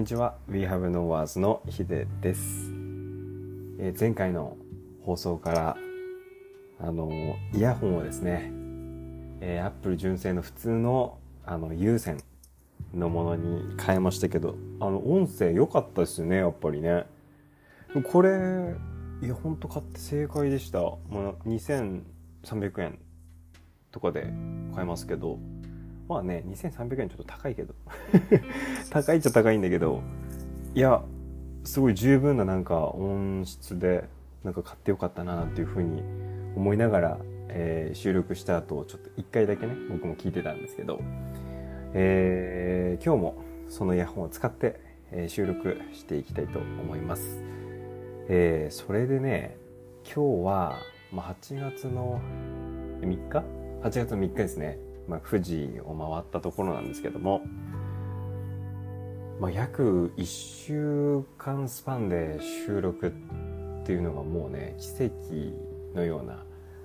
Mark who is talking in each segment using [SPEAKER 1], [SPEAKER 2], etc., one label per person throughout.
[SPEAKER 1] にちは。We Have No Words のヒデです。前回の放送からイヤホンをですね、Apple 純正の普通の有線のものに変えましたけど、音声良かったですよね、やっぱりね。これいやほんと買って正解でした。もう2300円とかで買えますけど、まあね、2300円ちょっと高いけど高いっちゃ高いんだけど、いやすごい十分な音質で買ってよかったななんていう風に思いながら、収録した後ちょっと1回だけね僕も聞いてたんですけど、今日もそのイヤホンを使って、収録していきたいと思います。それでね、今日は、8月の3日 ?8 月の3日ですね。富士を回ったところなんですけども、約1週間スパンで収録っていうのがもうね、奇跡のような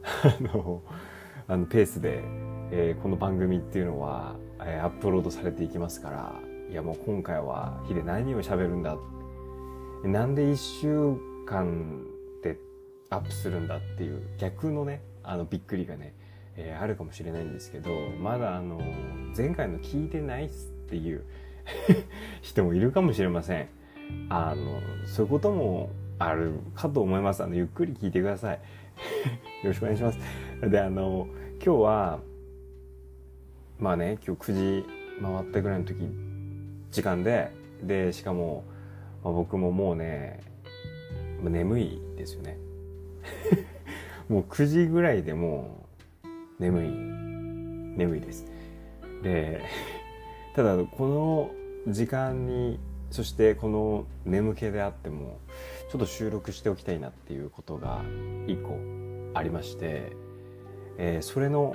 [SPEAKER 1] ペースで、この番組っていうのは、アップロードされていきますから、いやもう今回はヒデ何を喋るんだ、なんで1週間でアップするんだっていう逆のね、びっくりがね、あるかもしれないんですけど、まだ前回の聞いてないっすっていう人もいるかもしれません。そういうこともあるかと思います。ゆっくり聞いてくださいよろしくお願いします。で今日は今日9時回ったぐらいの時間でしかも、僕ももうね、眠いですよねもう9時ぐらいでもう眠いです。でただこの時間に、そしてこの眠気であってもちょっと収録しておきたいなっていうことが一個ありまして、それの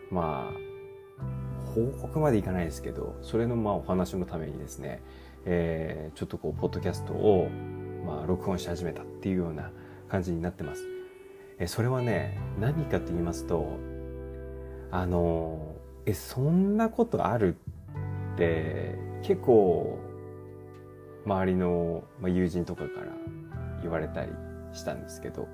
[SPEAKER 1] 報告までいかないですけど、それのお話のためにですね、ちょっとポッドキャストを録音し始めたっていうような感じになってます。それはね、何かと言いますと、そんなことあるって結構周りの友人とかから言われたりしたんですけど、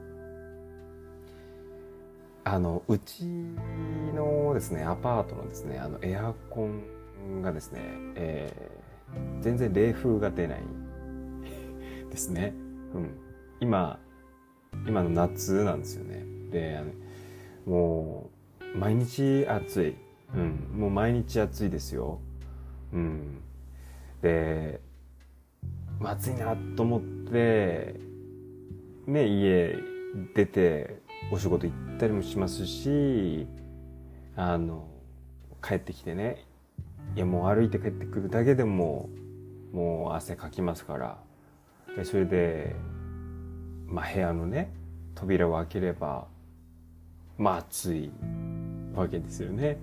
[SPEAKER 1] うちのですねアパートのですねエアコンがですね、全然冷風が出ないですね。今の夏なんですよね。でもう毎日暑い、もう毎日暑いですよ。で暑いなと思ってね、家出てお仕事行ったりもしますし、帰ってきてね、いやもう歩いて帰ってくるだけでももう汗かきますから、それで部屋のね扉を開ければ暑いわけですよね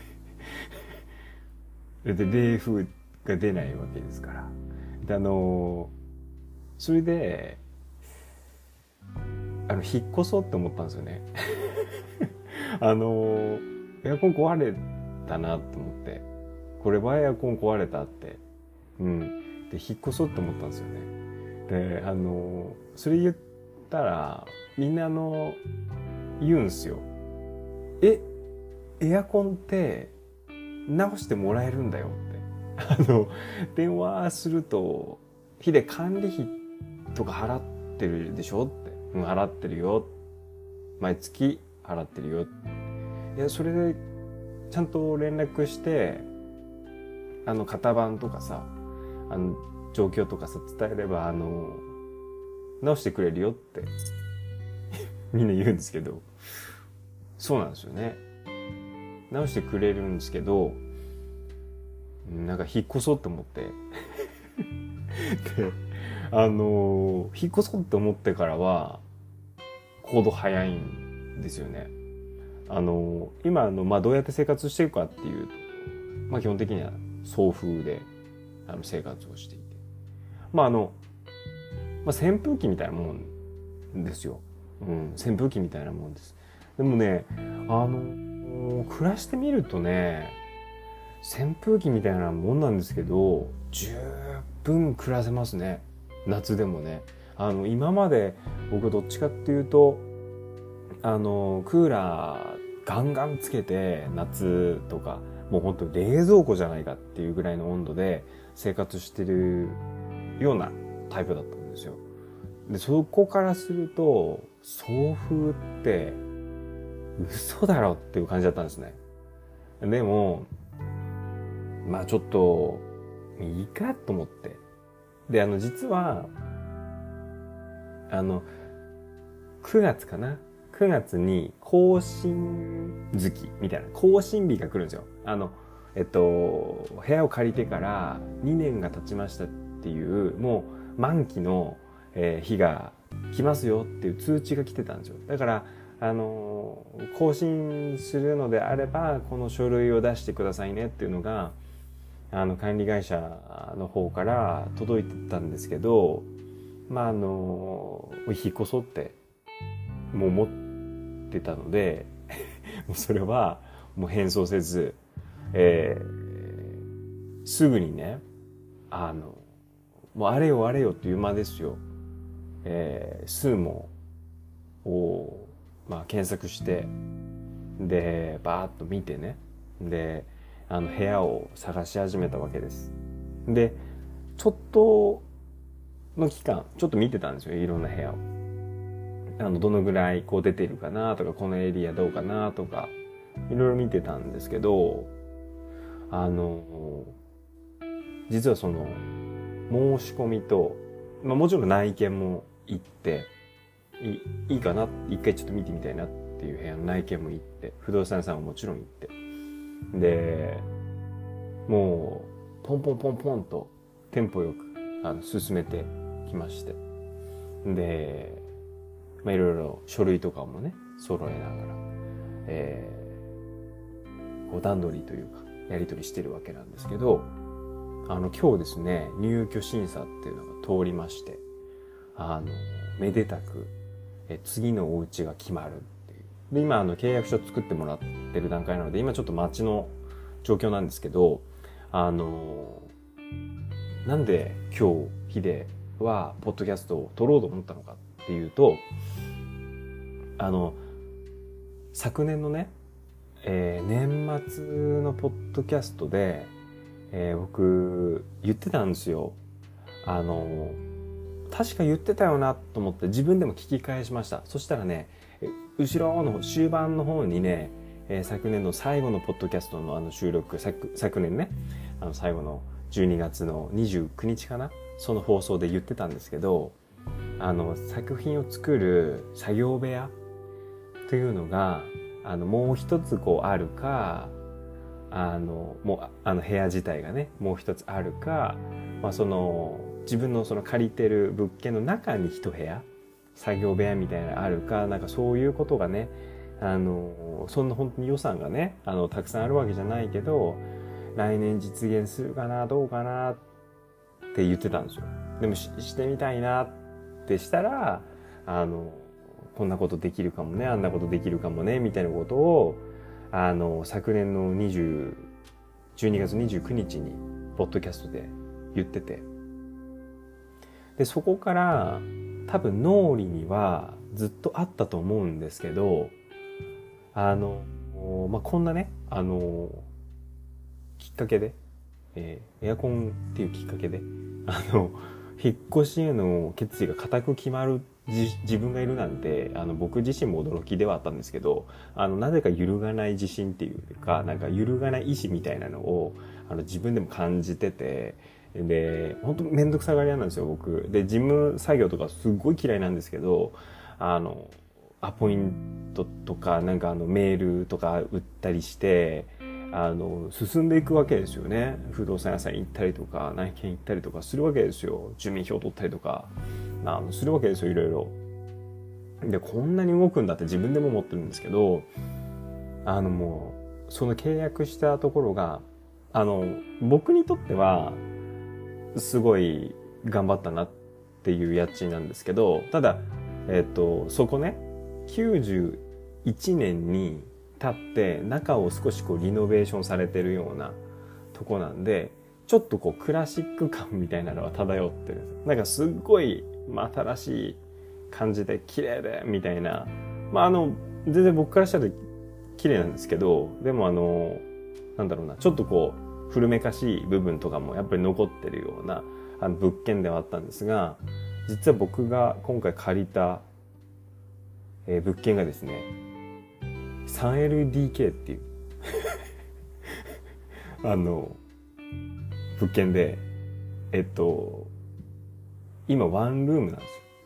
[SPEAKER 1] で冷風が出ないわけですから。でそれで引っ越そうって思ったんですよねエアコン壊れたなと思って、これはエアコン壊れたって、で引っ越そうって思ったんですよね。でそれ言ったらみんな言うんすよ。エアコンって直してもらえるんだよって電話するとヒデ管理費とか払ってるでしょって、払ってるよ、毎月払ってるよ。いやそれでちゃんと連絡して型番とかさ、状況とかさ伝えれば直してくれるよってみんな言うんですけど、そうなんですよね。直してくれるんですけど、引っ越そうって思ってで引っ越そうって思ってからは行動早いんですよね。今どうやって生活してるかっていうと、基本的には送風で生活をしていて、扇風機みたいなもんですよ。扇風機みたいなもんです。でもね暮らしてみるとね、 扇風機みたいなもんなんですけど、十分暮らせますね。夏でもね。今まで僕どっちかっていうと、クーラーガンガンつけて夏とか、もう本当に冷蔵庫じゃないかっていうぐらいの温度で生活してるようなタイプだったんですよ。で、そこからすると、送風って嘘だろっていう感じだったんですね。でも、まあちょっと、いいかと思って。で、実は、9月かな ?9 月に更新月みたいな、更新日が来るんですよ。部屋を借りてから2年が経ちましたっていう、もう満期の、日が来ますよっていう通知が来てたんですよ。だから、更新するのであれば、この書類を出してくださいねっていうのが、管理会社の方から届いてたんですけど、まあ引っ越そうってもう思ってたのでもうそれはもう返送せず、すぐにねもうあれよあれよっていう間ですよ、スーモを、検索して、でバーッと見てね、で部屋を探し始めたわけです。でちょっとの期間ちょっと見てたんですよ、いろんな部屋を。どのぐらいこう出てるかなとか、このエリアどうかなとかいろいろ見てたんですけど、実はその申し込みと、もちろん内見も行っていいかな、一回ちょっと見てみたいなっていう部屋の内見も行って、不動産屋さんももちろん行って、でもうポンポンポンポンとテンポよく進めてきまして、でいろいろ書類とかもね揃えながら、こう段取りというかやり取りしてるわけなんですけど、今日ですね入居審査っていうのが通りまして、めでたく次のお家が決まるっていう。で今契約書作ってもらってる段階なので、今ちょっと待ちの状況なんですけど、なんで今日ヒデはポッドキャストを撮ろうと思ったのかっていうと、昨年のね、年末のポッドキャストで、僕言ってたんですよ。確か言ってたよなと思って自分でも聞き返しました。そしたらね、後ろの終盤の方にね、昨年の最後のポッドキャストの収録、昨年ね、最後の12月の29日かな、その放送で言ってたんですけど、作品を作る作業部屋というのがもう一つこうあるか、もう部屋自体がねもう一つあるか、その自分のその借りてる物件の中に一部屋作業部屋みたいなのあるか、なんかそういうことがね、そんな本当に予算がねたくさんあるわけじゃないけど、来年実現するかなどうかなって言ってたんですよ。でもしてみたいなってしたらこんなことできるかもね、あんなことできるかもねみたいなことを昨年の12月29日にポッドキャストで言ってて、でそこから多分脳裏にはずっとあったと思うんですけど、こんなねきっかけで、エアコンっていうきっかけで引っ越しへの決意が固く決まる自分がいるなんて、僕自身も驚きではあったんですけど、なぜか揺るがない自信っていうか、なんか揺るがない意志みたいなのを自分でも感じてて、で本当めんどくさがり屋なんですよ僕で。事務作業とかすごい嫌いなんですけど、アポイントとかなんかメールとか打ったりして進んでいくわけですよね。不動産屋さん行ったりとか内見行ったりとかするわけですよ。住民票取ったりとかするわけですよ、いろいろ。でこんなに動くんだって自分でも思ってるんですけど、もうその契約したところが僕にとってはすごい頑張ったなっていう家賃なんですけど、ただそこね91年に経って中を少しこうリノベーションされてるようなとこなんで、ちょっとこうクラシック感みたいなのは漂ってるんですよ。なんかすっごい、新しい感じで綺麗でみたいな、全然僕からしたら綺麗なんですけど、でもなんだろうな、ちょっとこう古めかしい部分とかもやっぱり残ってるような物件ではあったんですが、実は僕が今回借りた、物件がですね 3LDK っていう物件で、今ワンルームなん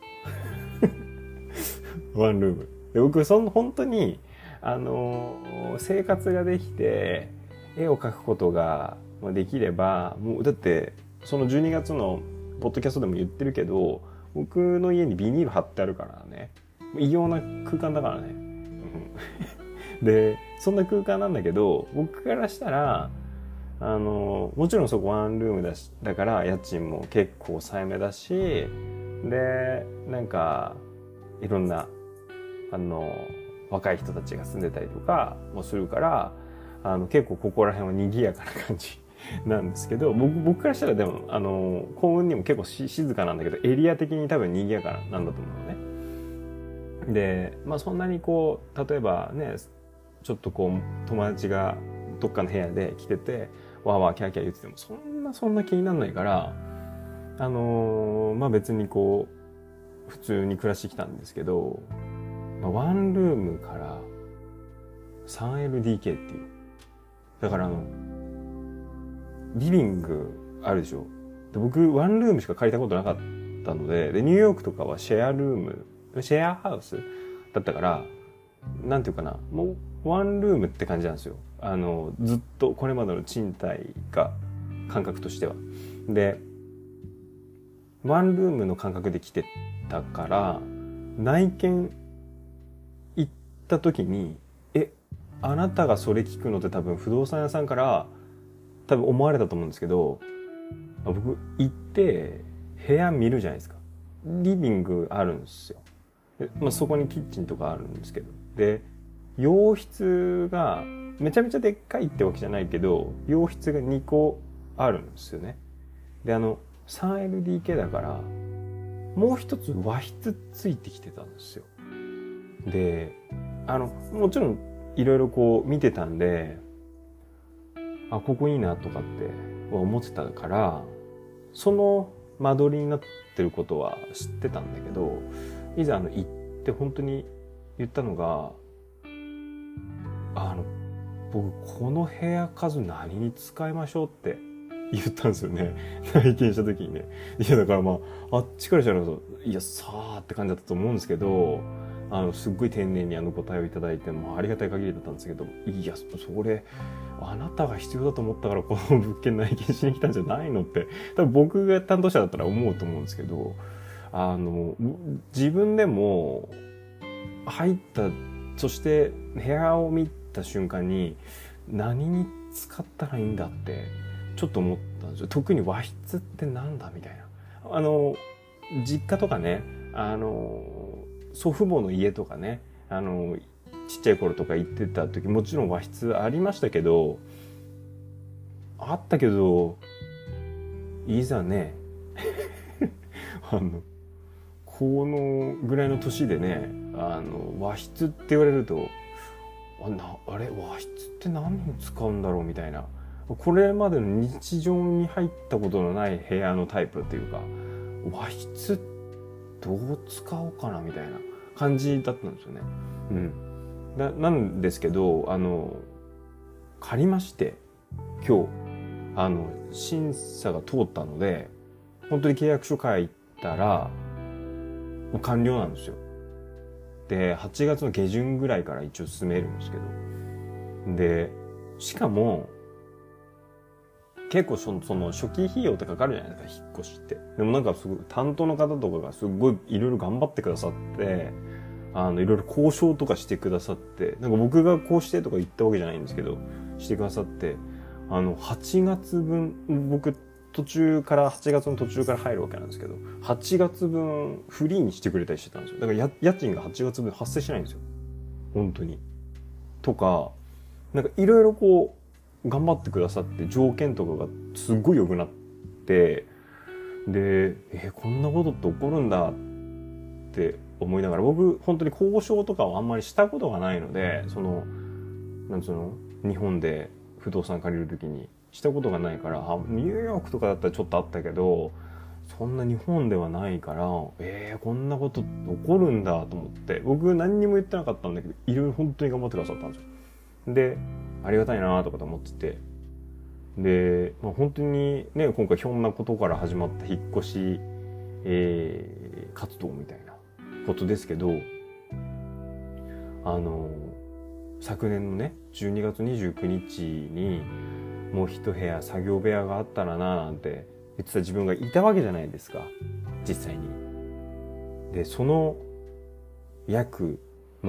[SPEAKER 1] ですよワンルームで、僕本当に生活ができて絵を描くことができれば、もうだってその12月のポッドキャストでも言ってるけど、僕の家にビニール貼ってあるからね、異様な空間だからねでそんな空間なんだけど、僕からしたらもちろんそこワンルームだから家賃も結構抑えめだし、でなんかいろんな若い人たちが住んでたりとかもするから、結構ここら辺は賑やかな感じなんですけど、僕からしたらでも幸運にも結構静かなんだけど、エリア的に多分賑やかなんだと思うのね。でそんなにこう例えばね、ちょっとこう友達がどっかの部屋で来ててわーわーキャーキャー言っててもそんな気にならないから、別にこう普通に暮らしてきたんですけど、ワンルームから 3LDK っていう、だからリビングあるでしょ。で僕ワンルームしか借りたことなかったので、ニューヨークとかはシェアルーム、シェアハウスだったから、なんていうかな、もうワンルームって感じなんですよ。ずっとこれまでの賃貸が感覚としては。でワンルームの感覚で来てたから、内見行った時にあなたがそれ聞くのって多分不動産屋さんから多分思われたと思うんですけど、僕行って部屋見るじゃないですか。リビングあるんですよ。でそこにキッチンとかあるんですけど、で洋室がめちゃめちゃでっかいってわけじゃないけど、洋室が2個あるんですよね。で3LDK だからもう一つ和室ついてきてたんですよ。でもちろんいろいろこう見てたんで、ここいいなとかって思ってたから、その間取りになってることは知ってたんだけど、いざ行って本当に言ったのが、僕この部屋数何に使いましょうって言ったんですよね内見した時にね。いやだからあっちからしたらいやさーって感じだったと思うんですけど、すっごい丁寧に答えをいただいて、ありがたい限りだったんですけど、いやそれあなたが必要だと思ったからこの物件内見しに来たんじゃないのって多分僕が担当者だったら思うと思うんですけど、自分でも入った、そして部屋を見た瞬間に何に使ったらいいんだってちょっと思ったんですよ。特に和室ってなんだみたいな。実家とかね、祖父母の家とかね、ちっちゃい頃とか行ってた時もちろん和室ありましたけど、いざねこのぐらいの年でね、和室って言われるとあれ和室って何に使うんだろうみたいな、これまでの日常に入ったことのない部屋のタイプっていうか、和室どう使おうかなみたいな感じだったんですよね。なんですけど借りまして、今日審査が通ったので本当に契約書書いたらもう完了なんですよ。で8月の下旬ぐらいから一応進めるんですけど、でしかも結構その初期費用ってかかるじゃないですか、引っ越しって。でもなんかすごい担当の方とかがすごいいろいろ頑張ってくださって、いろいろ交渉とかしてくださって、なんか僕がこうしてとか言ったわけじゃないんですけど、してくださって、8月分、僕8月の途中から入るわけなんですけど、8月分フリーにしてくれたりしてたんですよ。だから家賃が8月分発生しないんですよ。本当に。とか、なんかいろいろこう、 頑張ってくださって条件とかがすっごい良くなって、でこんなことって起こるんだって思いながら、僕本当に交渉とかをあんまりしたことがないので、なんつうの、日本で不動産借りる時にしたことがないから、ニューヨークとかだったらちょっとあったけど、そんな日本ではないから、こんなこと起こるんだと思って、僕何にも言ってなかったんだけど、いろいろ本当に頑張ってくださったんですよ。で、ありがたいなとかと思ってて、で、本当にね、今回ひょんなことから始まった引っ越し、活動みたいなことですけど、昨年のね12月29日にもう一部屋作業部屋があったらななんて言ってた自分がいたわけじゃないですか、実際に。でその約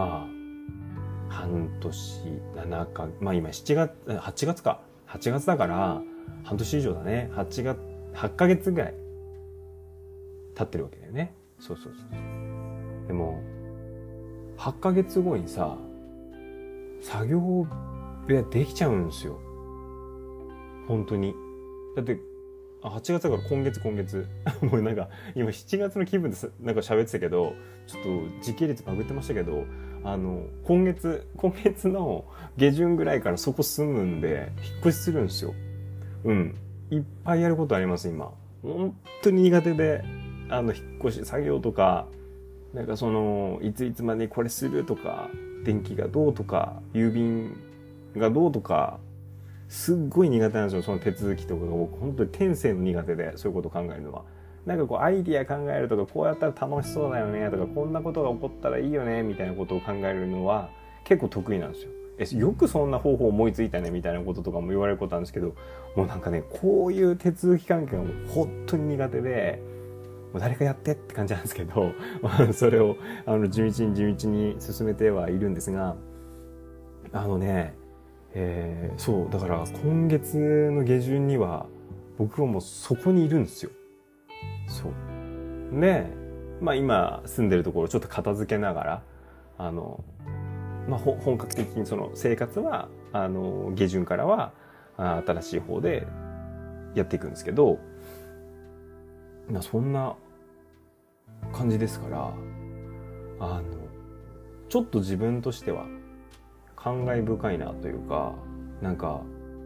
[SPEAKER 1] 半年7か、今8月だから半年以上だね。8ヶ月ぐらい経ってるわけだよね。そう。でも8ヶ月後にさ、作業部屋できちゃうんですよ。本当に。だって8月だから今月もうなんか今7月の気分でなんか喋ってたけど、ちょっと時系列バグってましたけど、今月の下旬ぐらいからそこ住むんで引っ越しするんですよ。いっぱいやることあります今。本当に苦手で、引っ越し作業とか、なんかいつまでにこれするとか、電気がどうとか、郵便がどうとか、すっごい苦手なんですよ。その手続きとかが僕本当に天性の苦手で、そういうことを考えるのは。なんかこうアイディア考えるとか、こうやったら楽しそうだよねとか、こんなことが起こったらいいよねみたいなことを考えるのは結構得意なんですよ。よくそんな方法思いついたねみたいなこととかも言われることあるんですけど、もうなんかね、こういう手続き関係がもう本当に苦手で、もう誰かやってって感じなんですけど、それを地道に進めてはいるんですが、そうだから今月の下旬には僕はもうそこにいるんですよ。そうで、今住んでるところをちょっと片付けながら、本格的にその生活は下旬からは新しい方でやっていくんですけど、そんな感じですから、ちょっと自分としては感慨深いなというか、なんか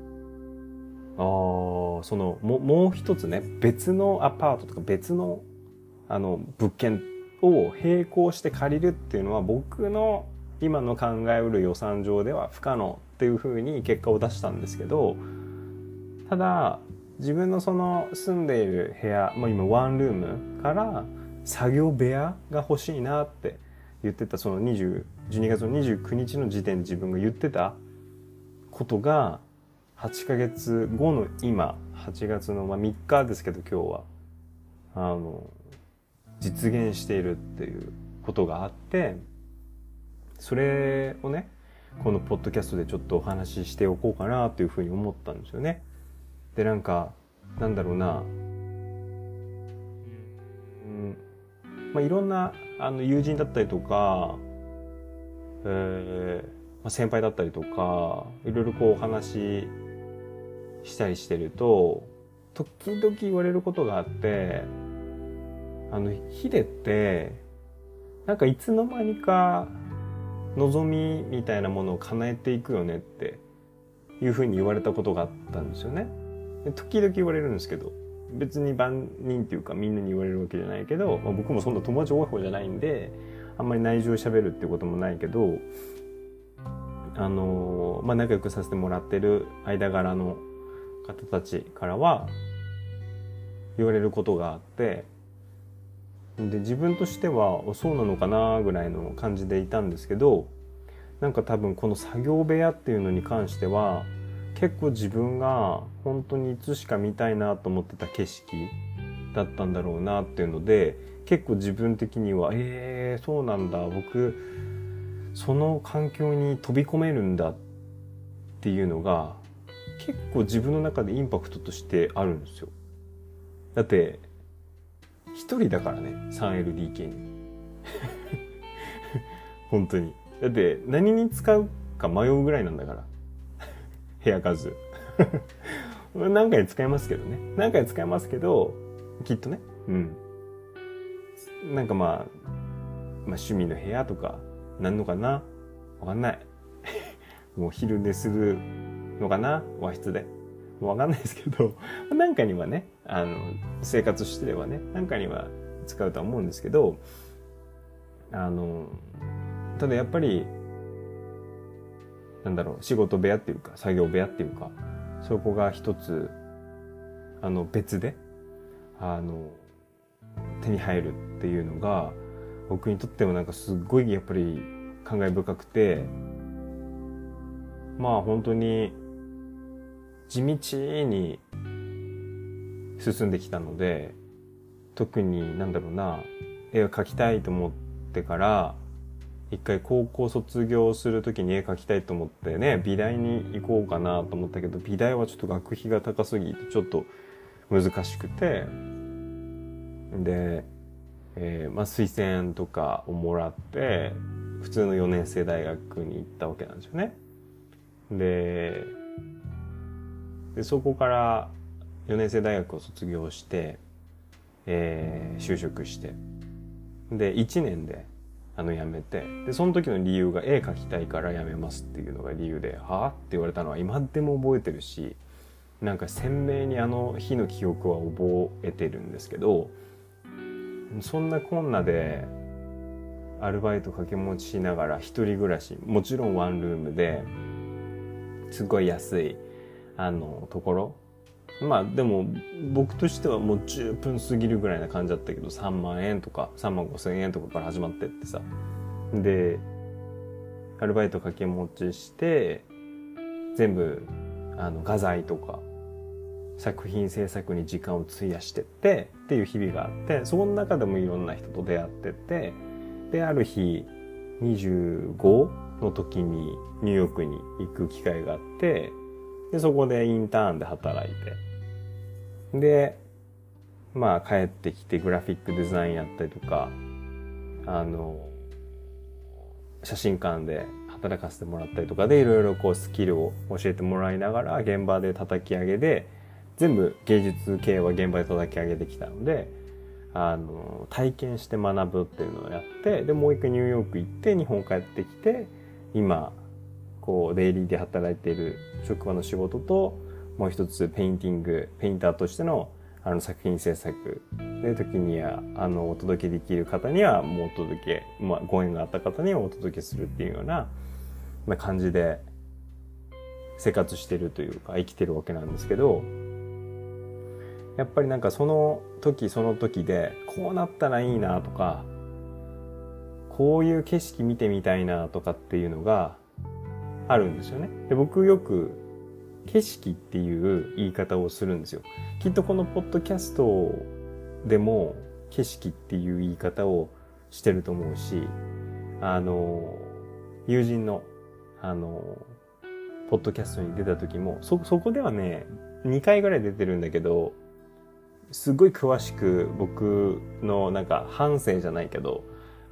[SPEAKER 1] もう一つね、別のアパートとか別の物件を並行して借りるっていうのは、僕の今の考えうる予算上では不可能っていう風に結果を出したんですけど、ただ自分のその住んでいる部屋、今ワンルームから作業部屋が欲しいなって言ってた、その12月の29日の時点で自分が言ってたことが、8ヶ月後の今、8月の3日ですけど今日は実現しているっていうことがあって、それをね、このポッドキャストでちょっとお話ししておこうかなというふうに思ったんですよね。で、なんだろうな、いろんな友人だったりとか、先輩だったりとか、いろいろこうお話したりしてると、時々言われることがあって、ヒデってなんかいつの間にか望みみたいなものを叶えていくよねっていうふうに言われたことがあったんですよね。で時々言われるんですけど、別に万人っていうかみんなに言われるわけじゃないけど、僕もそんな友達多い方じゃないんであんまり内情喋るっていうこともないけど、仲良くさせてもらってる間柄の方たちからは言われることがあって、で自分としてはそうなのかなぐらいの感じでいたんですけど、なんか多分この作業部屋っていうのに関しては結構自分が本当にいつしか見たいなと思ってた景色だったんだろうなっていうので、結構自分的にはそうなんだ、僕その環境に飛び込めるんだっていうのが結構自分の中でインパクトとしてあるんですよ。だって一人だからね、 3LDK に本当に。だって何に使うか迷うぐらいなんだから部屋数何回使いますけどね。何回使いますけど、きっとね。うん。なんかまあ趣味の部屋とかなんのかな、わかんない。もう昼寝するのかな、和室で。もうわかんないですけど、なんかにはね、生活してればね、なんかには使うとは思うんですけど、ただやっぱり、なんだろう、仕事部屋っていうか、作業部屋っていうか、そこが一つ、別で、手に入るっていうのが、僕にとってもなんかすっごいやっぱり感慨深くて、まあ本当に地道に進んできたので、特になんだろうな、絵を描きたいと思ってから、一回高校卒業するときに絵描きたいと思ってね、美大に行こうかなと思ったけど、美大はちょっと学費が高すぎてちょっと難しくて、で、推薦とかをもらって普通の4年生大学に行ったわけなんですよね。でそこから4年生大学を卒業して、就職して、で1年で辞めて、でその時の理由が絵描きたいから辞めますっていうのが理由で、はぁって言われたのは今でも覚えてるし、なんか鮮明にあの日の記憶は覚えてるんですけど、そんなこんなでアルバイト掛け持ちしながら一人暮らし、もちろんワンルームですごい安いところ、まあでも僕としてはもう十分過ぎるぐらいな感じだったけど、3万円とか3万5千円とかから始まってってさ、でアルバイト掛け持ちして全部画材とか作品制作に時間を費やしてっていう日々があって、そこの中でもいろんな人と出会ってて、である日25の時にニューヨークに行く機会があって、でそこでインターンで働いて、でまあ帰ってきてグラフィックデザインやったりとか、写真館で働かせてもらったりとかで、いろいろこうスキルを教えてもらいながら現場で叩き上げで、全部芸術系は現場で叩き上げてきたので、体験して学ぶっていうのをやって、でもう一回ニューヨーク行って日本帰ってきて、今こうデイリーで働いている職場の仕事と、もう一つペインターとしての作品制作で、時にはお届けできる方にはもうお届け、ご縁があった方にはお届けするっていうような感じで生活してるというか生きてるわけなんですけど、やっぱりなんかその時その時でこうなったらいいなとか、こういう景色見てみたいなとかっていうのがあるんですよね。で僕よく景色っていう言い方をするんですよ。きっとこのポッドキャストでも景色っていう言い方をしてると思うし、友人のポッドキャストに出た時もそこではね2回ぐらい出てるんだけど、すごい詳しく僕のなんか半生じゃないけど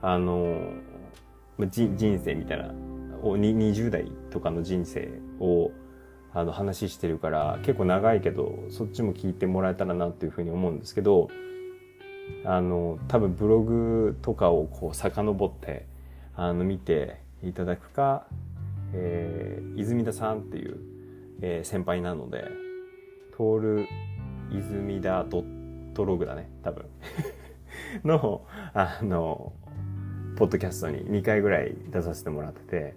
[SPEAKER 1] 人生みたいな20代とかの人生を話してるから、結構長いけどそっちも聞いてもらえたらなっていうふうに思うんですけど、多分ブログとかをこう遡って見ていただくか、泉田さんっていう、先輩なので、トール泉田ドットログだね多分のポッドキャストに2回ぐらい出させてもらってて、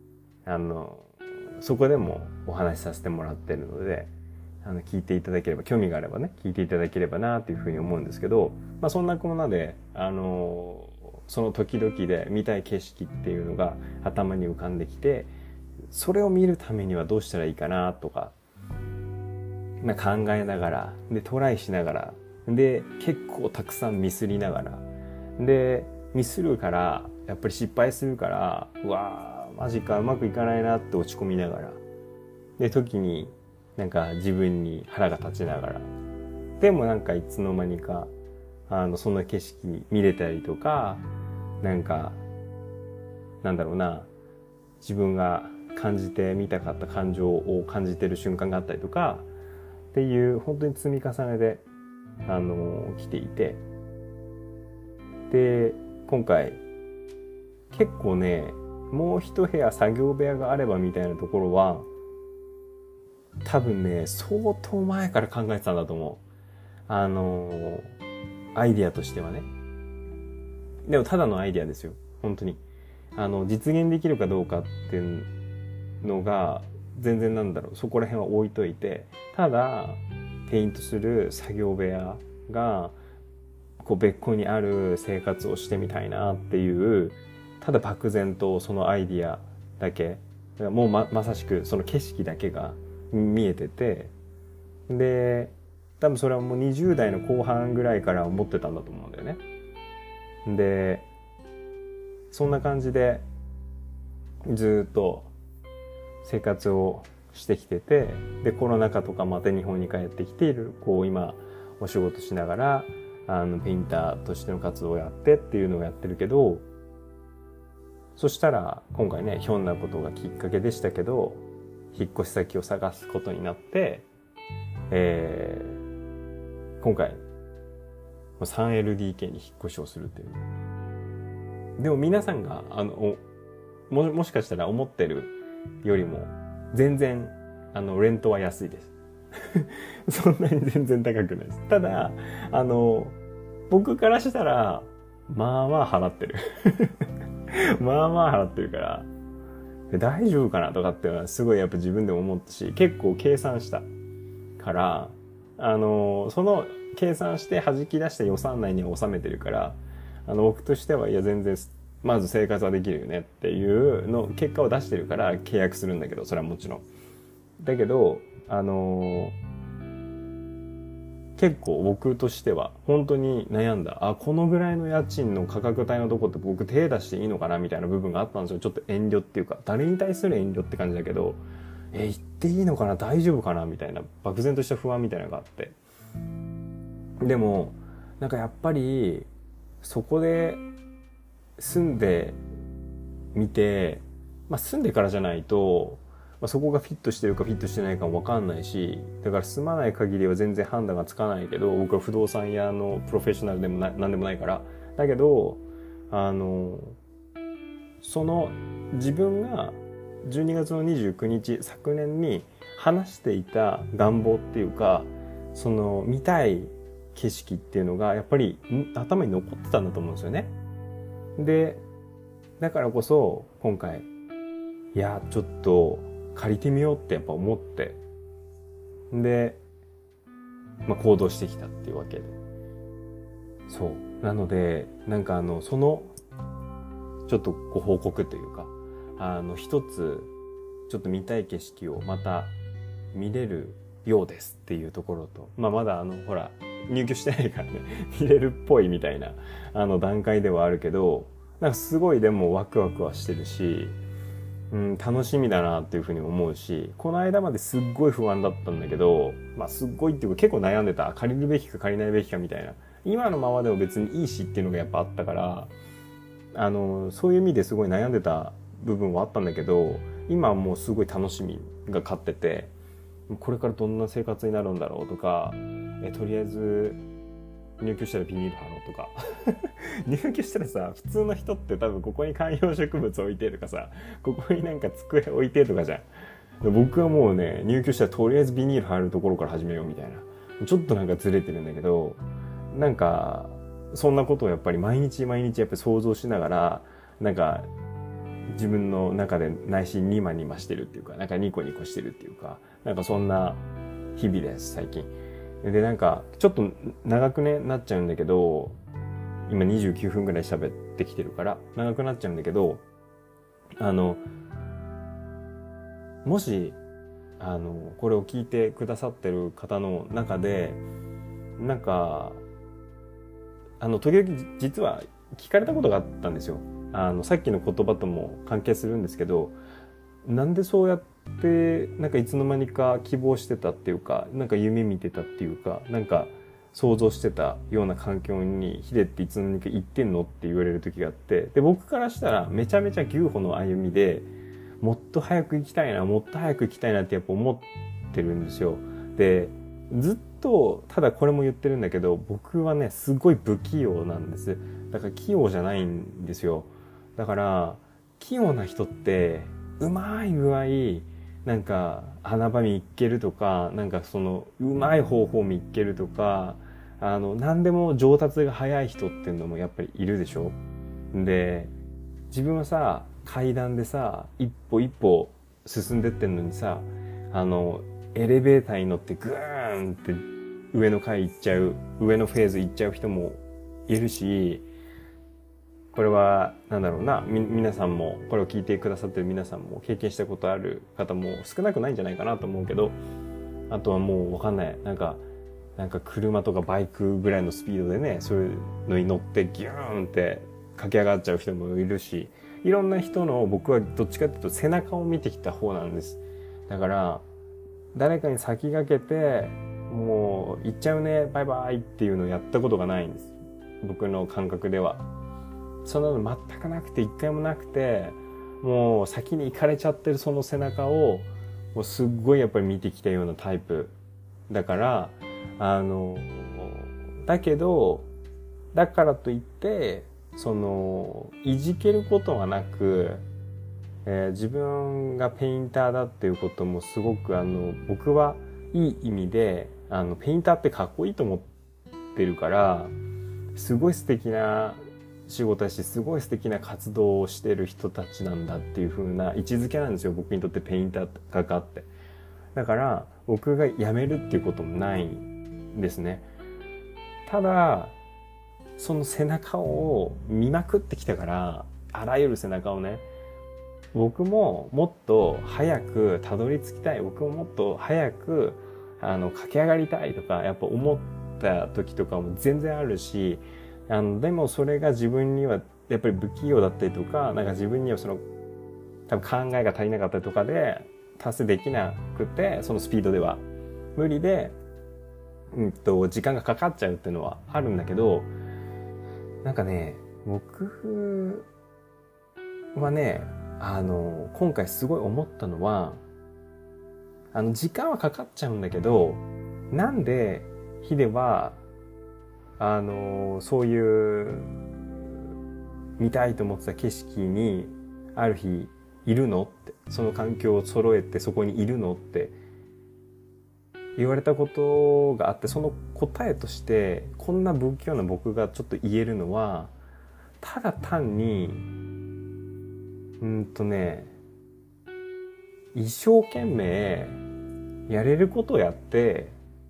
[SPEAKER 1] そこでもお話しさせてもらってるので、聞いていただければ、興味があればね聞いていただければなというふうに思うんですけど、そんなこんなでその時々で見たい景色っていうのが頭に浮かんできて、それを見るためにはどうしたらいいかなとか、考えながらでトライしながらで結構たくさんミスりながらで、ミスるからやっぱり失敗するから、うわーマジかうまくいかないなって落ち込みながらで、時になんか自分に腹が立ちながら、でもなんかいつの間にかそんな景色見れたりとか、なんかなんだろうな、自分が感じてみたかった感情を感じてる瞬間があったりとかっていう本当に積み重ねで来ていて、で今回結構ねもう一部屋作業部屋があればみたいなところは多分ね相当前から考えてたんだと思う。アイディアとしてはね。でもただのアイディアですよ本当に。実現できるかどうかっていうのが全然なんだろう、そこら辺は置いといて、ただペイントする作業部屋がこう別個にある生活をしてみたいなっていう、ただ漠然とそのアイディアだけ、もう まさしくその景色だけが見えてて、で多分それはもう20代の後半ぐらいから思ってたんだと思うんだよね。でそんな感じでずっと生活をしてきてて、でコロナ禍とかまた日本に帰ってきている、こう今お仕事しながらペインターとしての活動をやってっていうのをやってるけど、そしたら今回ねひょんなことがきっかけでしたけど、引っ越し先を探すことになって、今回 3LDK に引っ越しをするっていう。でも皆さんがもしかしたら思ってるよりも全然レントは安いですそんなに全然高くないです。ただ僕からしたらまあまあ払ってるまあまあ払ってるから大丈夫かなとかっていうのはすごいやっぱ自分でも思ったし、結構計算したからその計算して弾き出した予算内には収めてるから、僕としてはいや全然まず生活はできるよねっていうの結果を出してるから契約するんだけど、それはもちろんだけど結構僕としては本当に悩んだ。このぐらいの家賃の価格帯のとこって僕手出していいのかなみたいな部分があったんですよ。ちょっと遠慮っていうか、誰に対する遠慮って感じだけど、言っていいのかな大丈夫かなみたいな漠然とした不安みたいなのがあって、でもなんかやっぱりそこで住んでみて、住んでからじゃないと、そこがフィットしてるかフィットしてないかも分かんないし、だから住まない限りは全然判断がつかないけど、僕は不動産屋のプロフェッショナルでもなんでもないから。だけどその自分が12月の29日昨年に話していた願望っていうか、その見たい景色っていうのがやっぱり頭に残ってたんだと思うんですよね。でだからこそ今回いやちょっと借りてみようってやっぱ思って、で、行動してきたっていうわけで、そうなのでなんかそのちょっとご報告というか一つちょっと見たい景色をまた見れるようですっていうところと、まだほら入居してないからね見れるっぽいみたいな段階ではあるけど、なんかすごいでもワクワクはしてるし、楽しみだなっていうふうに思うし、この間まですっごい不安だったんだけど、すっごいっていうか結構悩んでた。借りるべきか借りないべきかみたいな。今のままでも別にいいしっていうのがやっぱあったから、そういう意味ですごい悩んでた部分はあったんだけど、今はもうすごい楽しみが勝ってて、これからどんな生活になるんだろうとか、とりあえず入居したらビニール貼ろうとか入居したらさ、普通の人って多分ここに観葉植物置いてとかさ、ここになんか机置いてとかじゃん。僕はもうね、入居したらとりあえずビニール貼るところから始めようみたいな、ちょっとなんかずれてるんだけど、なんかそんなことをやっぱり毎日毎日やっぱり想像しながら、なんか自分の中で内心ニマニマしてるっていうか、なんかニコニコしてるっていうか、なんかそんな日々です最近で。なんかちょっと長くねなっちゃうんだけど、今29分ぐらい喋ってきてるから長くなっちゃうんだけど、もしこれを聞いてくださってる方の中でなんか時々実は聞かれたことがあったんですよ。さっきの言葉とも関係するんですけど、なんでそうやってなんかいつの間にか希望してたっていうか、なんか夢見てたっていうか、なんか想像してたような環境にヒデっていつの間にか行ってんのって言われる時があって、で僕からしたらめちゃめちゃ牛歩の歩みで、 もっと早く行きたいなってやっぱ思ってるんですよ。で、ずっとただこれも言ってるんだけど、僕はねすごい不器用なんです。だから器用じゃないんですよ。だから器用な人ってうまい具合なんか穴場見っけるとか、なんかそのうまい方法見っけるとか、何でも上達が早い人っていうのもやっぱりいるでしょ。で、自分はさ、階段でさ一歩一歩進んでってんのにさ、エレベーターに乗ってグーンって上の階行っちゃう、上のフェーズ行っちゃう人もいるし、これはなんだろうな、皆さんもこれを聞いてくださってる皆さんも経験したことある方も少なくないんじゃないかなと思うけど、あとはもう分かんない、なんか車とかバイクぐらいのスピードでね、そういうのに乗ってギューンって駆け上がっちゃう人もいるし、いろんな人の、僕はどっちかっていうと背中を見てきた方なんです。だから誰かに先駆けてもう行っちゃうねバイバイっていうのをやったことがないんです、僕の感覚では。そんなの全くなくて、一回もなくて、もう先に行かれちゃってるその背中をもうすっごいやっぱり見てきたようなタイプだから、だけどだからといってそのいじけることはなく、自分がペインターだっていうこともすごく僕はいい意味でペインターってかっこいいと思ってるから、すごい素敵な仕事だし、すごい素敵な活動をしてる人たちなんだっていう風な位置づけなんですよ、僕にとってペインター画家って。だから僕が辞めるっていうこともないんですね。ただその背中を見まくってきたから、あらゆる背中をね、僕ももっと早くたどり着きたい、僕ももっと早く駆け上がりたいとかやっぱ思った時とかも全然あるし、でもそれが自分にはやっぱり不器用だったりとか、なんか自分にはその多分考えが足りなかったりとかで達成できなくて、そのスピードでは無理で、時間がかかっちゃうっていうのはあるんだけど、なんかね、僕はね、今回すごい思ったのは、時間はかかっちゃうんだけど、なんでヒデはそういう見たいと思ってた景色にある日いるのって、その環境を揃えてそこにいるのって言われたことがあって、その答えとしてこんな不器用な僕がちょっと言えるのは、ただ単に一生懸命やれることをやって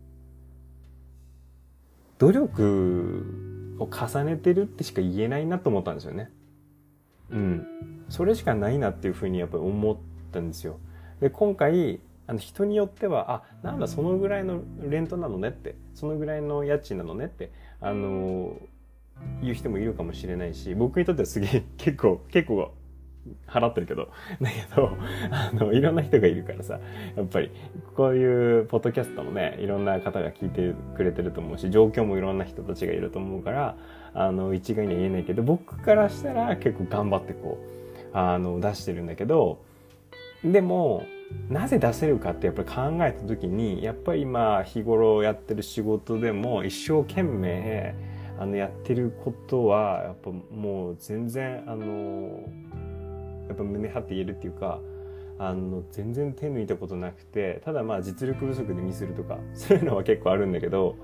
[SPEAKER 1] 努力を重ねてるってしか言えないなと思ったんですよね。それしかないなっていうふうにやっぱり思ったんですよ。で、今回人によってはなんだそのぐらいのレントなのねって、そのぐらいの家賃なのねって言う人もいるかもしれないし、僕にとってはすげえ結構払ってるけど、だけどいろんな人がいるからさ、やっぱりこういうポッドキャストもね、いろんな方が聞いてくれてると思うし、状況もいろんな人たちがいると思うから、一概には言えないけど、僕からしたら結構頑張ってこう出してるんだけど、でもなぜ出せるかってやっぱり考えた時に、やっぱり今日頃やってる仕事でも一生懸命やってることはやっぱもう全然やっぱ胸張って言えるっていうか、全然手抜いたことなくて、ただまあ実力不足でミスるとかそういうのは結構あるんだけど、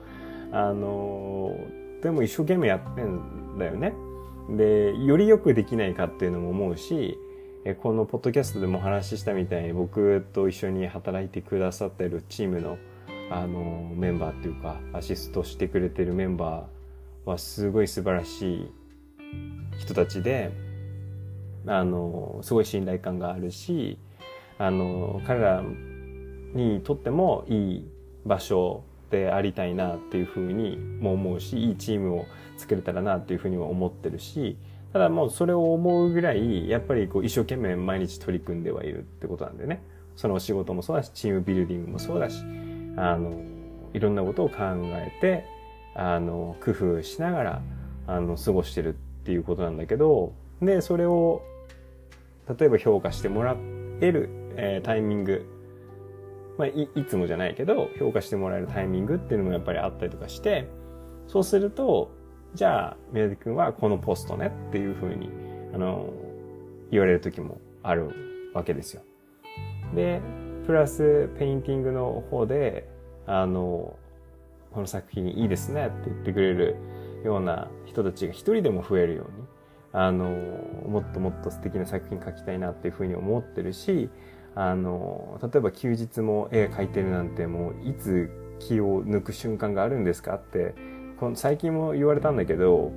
[SPEAKER 1] でも一生懸命やってんだよね。で、よりよくできないかっていうのも思うし、このポッドキャストでもお話ししたみたいに、僕と一緒に働いてくださってるチームのメンバーっていうか、アシストしてくれてるメンバーはすごい素晴らしい人たちで、すごい信頼感があるし、彼らにとってもいい場所でありたいなっていうふうにも思うし、いいチームを作れたらなっていうふうにも思ってるし、ただもうそれを思うぐらいやっぱりこう一生懸命毎日取り組んではいるってことなんでね。その仕事もそうだし、チームビルディングもそうだし、いろんなことを考えて工夫しながら過ごしてるっていうことなんだけど、でそれを例えば評価してもらっ得る、タイミング、いつもじゃないけど評価してもらえるタイミングっていうのもやっぱりあったりとかして、そうするとじゃあ宮崎くんはこのポストねっていう風に言われる時もあるわけですよ。でプラスペインティングの方でこの作品いいですねって言ってくれるような人たちが一人でも増えるようにもっともっと素敵な作品描きたいなっていうふうに思ってるし、例えば休日も絵描いてるなんてもういつ気を抜く瞬間があるんですかって最近も言われたんだけど、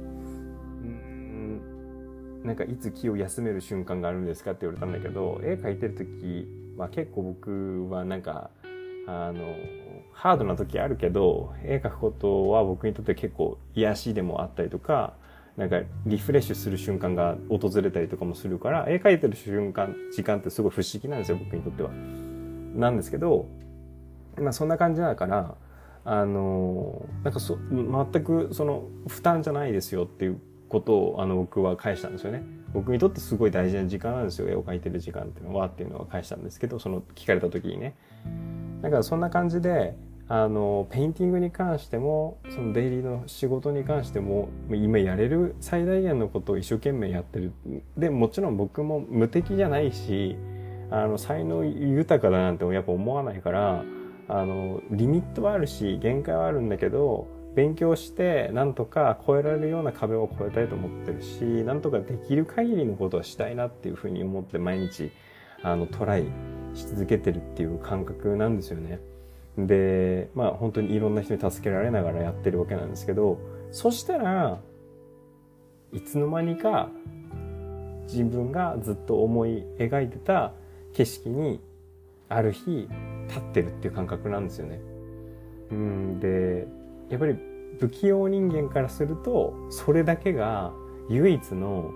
[SPEAKER 1] なんかいつ気を休める瞬間があるんですかって言われたんだけど、絵描いてる時は結構僕はなんかハードな時あるけど、絵描くことは僕にとって結構癒しでもあったりとか、なんかリフレッシュする瞬間が訪れたりとかもするから、絵描いてる時間ってすごい不思議なんですよ、僕にとっては。なんですけど、そんな感じだから、なんか全くその負担じゃないですよっていうことを僕は返したんですよね。僕にとってすごい大事な時間なんですよ、絵を描いてる時間っていうのは返したんですけど、その聞かれた時にね。だからそんな感じでペインティングに関してもそのデイリーの仕事に関しても今やれる最大限のことを一生懸命やってる。でもちろん僕も無敵じゃないし才能豊かだなんてやっぱ思わないから、リミットはあるし限界はあるんだけど、勉強してなんとか超えられるような壁を超えたいと思ってるし、なんとかできる限りのことをしたいなっていうふうに思って毎日トライし続けてるっていう感覚なんですよね。で本当にいろんな人に助けられながらやってるわけなんですけど、そしたらいつの間にか自分がずっと思い描いてた景色にある日立ってるっていう感覚なんですよね。でやっぱり不器用人間からするとそれだけが唯一の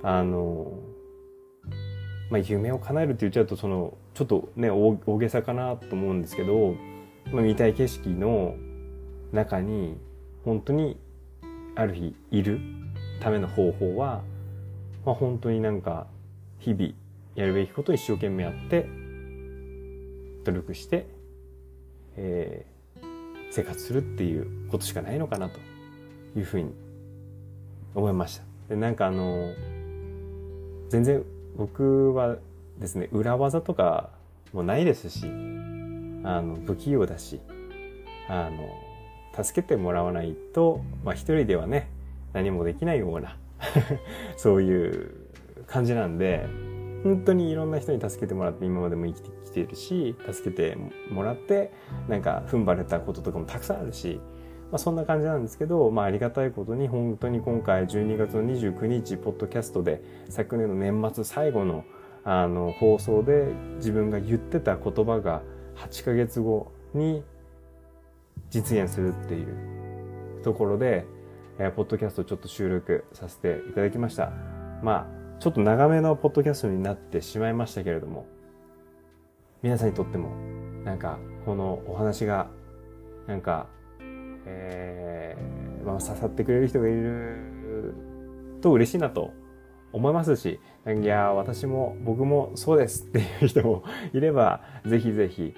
[SPEAKER 1] 夢を叶えるって言っちゃうとちょっとね大げさかなと思うんですけど、見たい景色の中に本当にある日いるための方法は、本当になんか日々やるべきことを一生懸命やって努力して、生活するっていうことしかないのかなというふうに思いました。でなんか全然僕はですね裏技とかもないですし不器用だし助けてもらわないと、一人ではね何もできないようなそういう感じなんで、本当にいろんな人に助けてもらって今までも生きてきているし、助けてもらってなんか踏ん張れたこととかもたくさんあるし、そんな感じなんですけど、ありがたいことに本当に今回12月の29日ポッドキャストで昨年の年末最後の放送で自分が言ってた言葉が8ヶ月後に実現するっていうところで、ポッドキャストちょっと収録させていただきました。ちょっと長めのポッドキャストになってしまいましたけれども、皆さんにとってもなんかこのお話がなんか、刺さってくれる人がいると嬉しいなと思いますし、いや私も僕もそうですっていう人もいれば、ぜひぜひ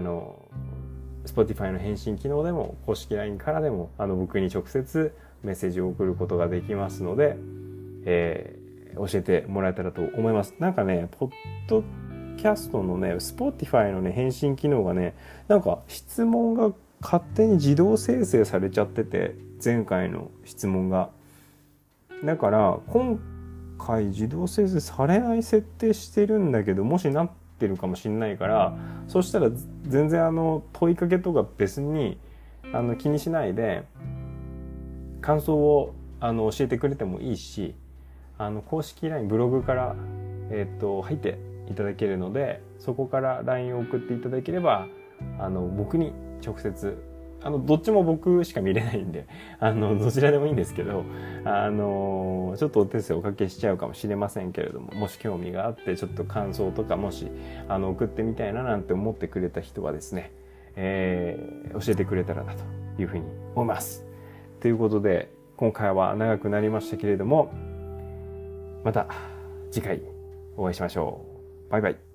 [SPEAKER 1] Spotify の返信機能でも公式 LINE からでも僕に直接メッセージを送ることができますので、教えてもらえたらと思います。なんかねポッドキャストのね Spotify のね返信機能がね、なんか質問が勝手に自動生成されちゃってて、前回の質問がだから今回自動生成されない設定してるんだけど、もしなってるかもしれないから、そしたら全然問いかけとか別に気にしないで感想を教えてくれてもいいし、公式 LINE ブログから入っていただけるので、そこから LINE を送っていただければ僕に直接どっちも僕しか見れないんでどちらでもいいんですけどちょっとお手数おかけしちゃうかもしれませんけれども、もし興味があってちょっと感想とかもし送ってみたいななんて思ってくれた人はですね、教えてくれたらなというふうに思います。ということで今回は長くなりましたけれども、また次回お会いしましょう。バイバイ。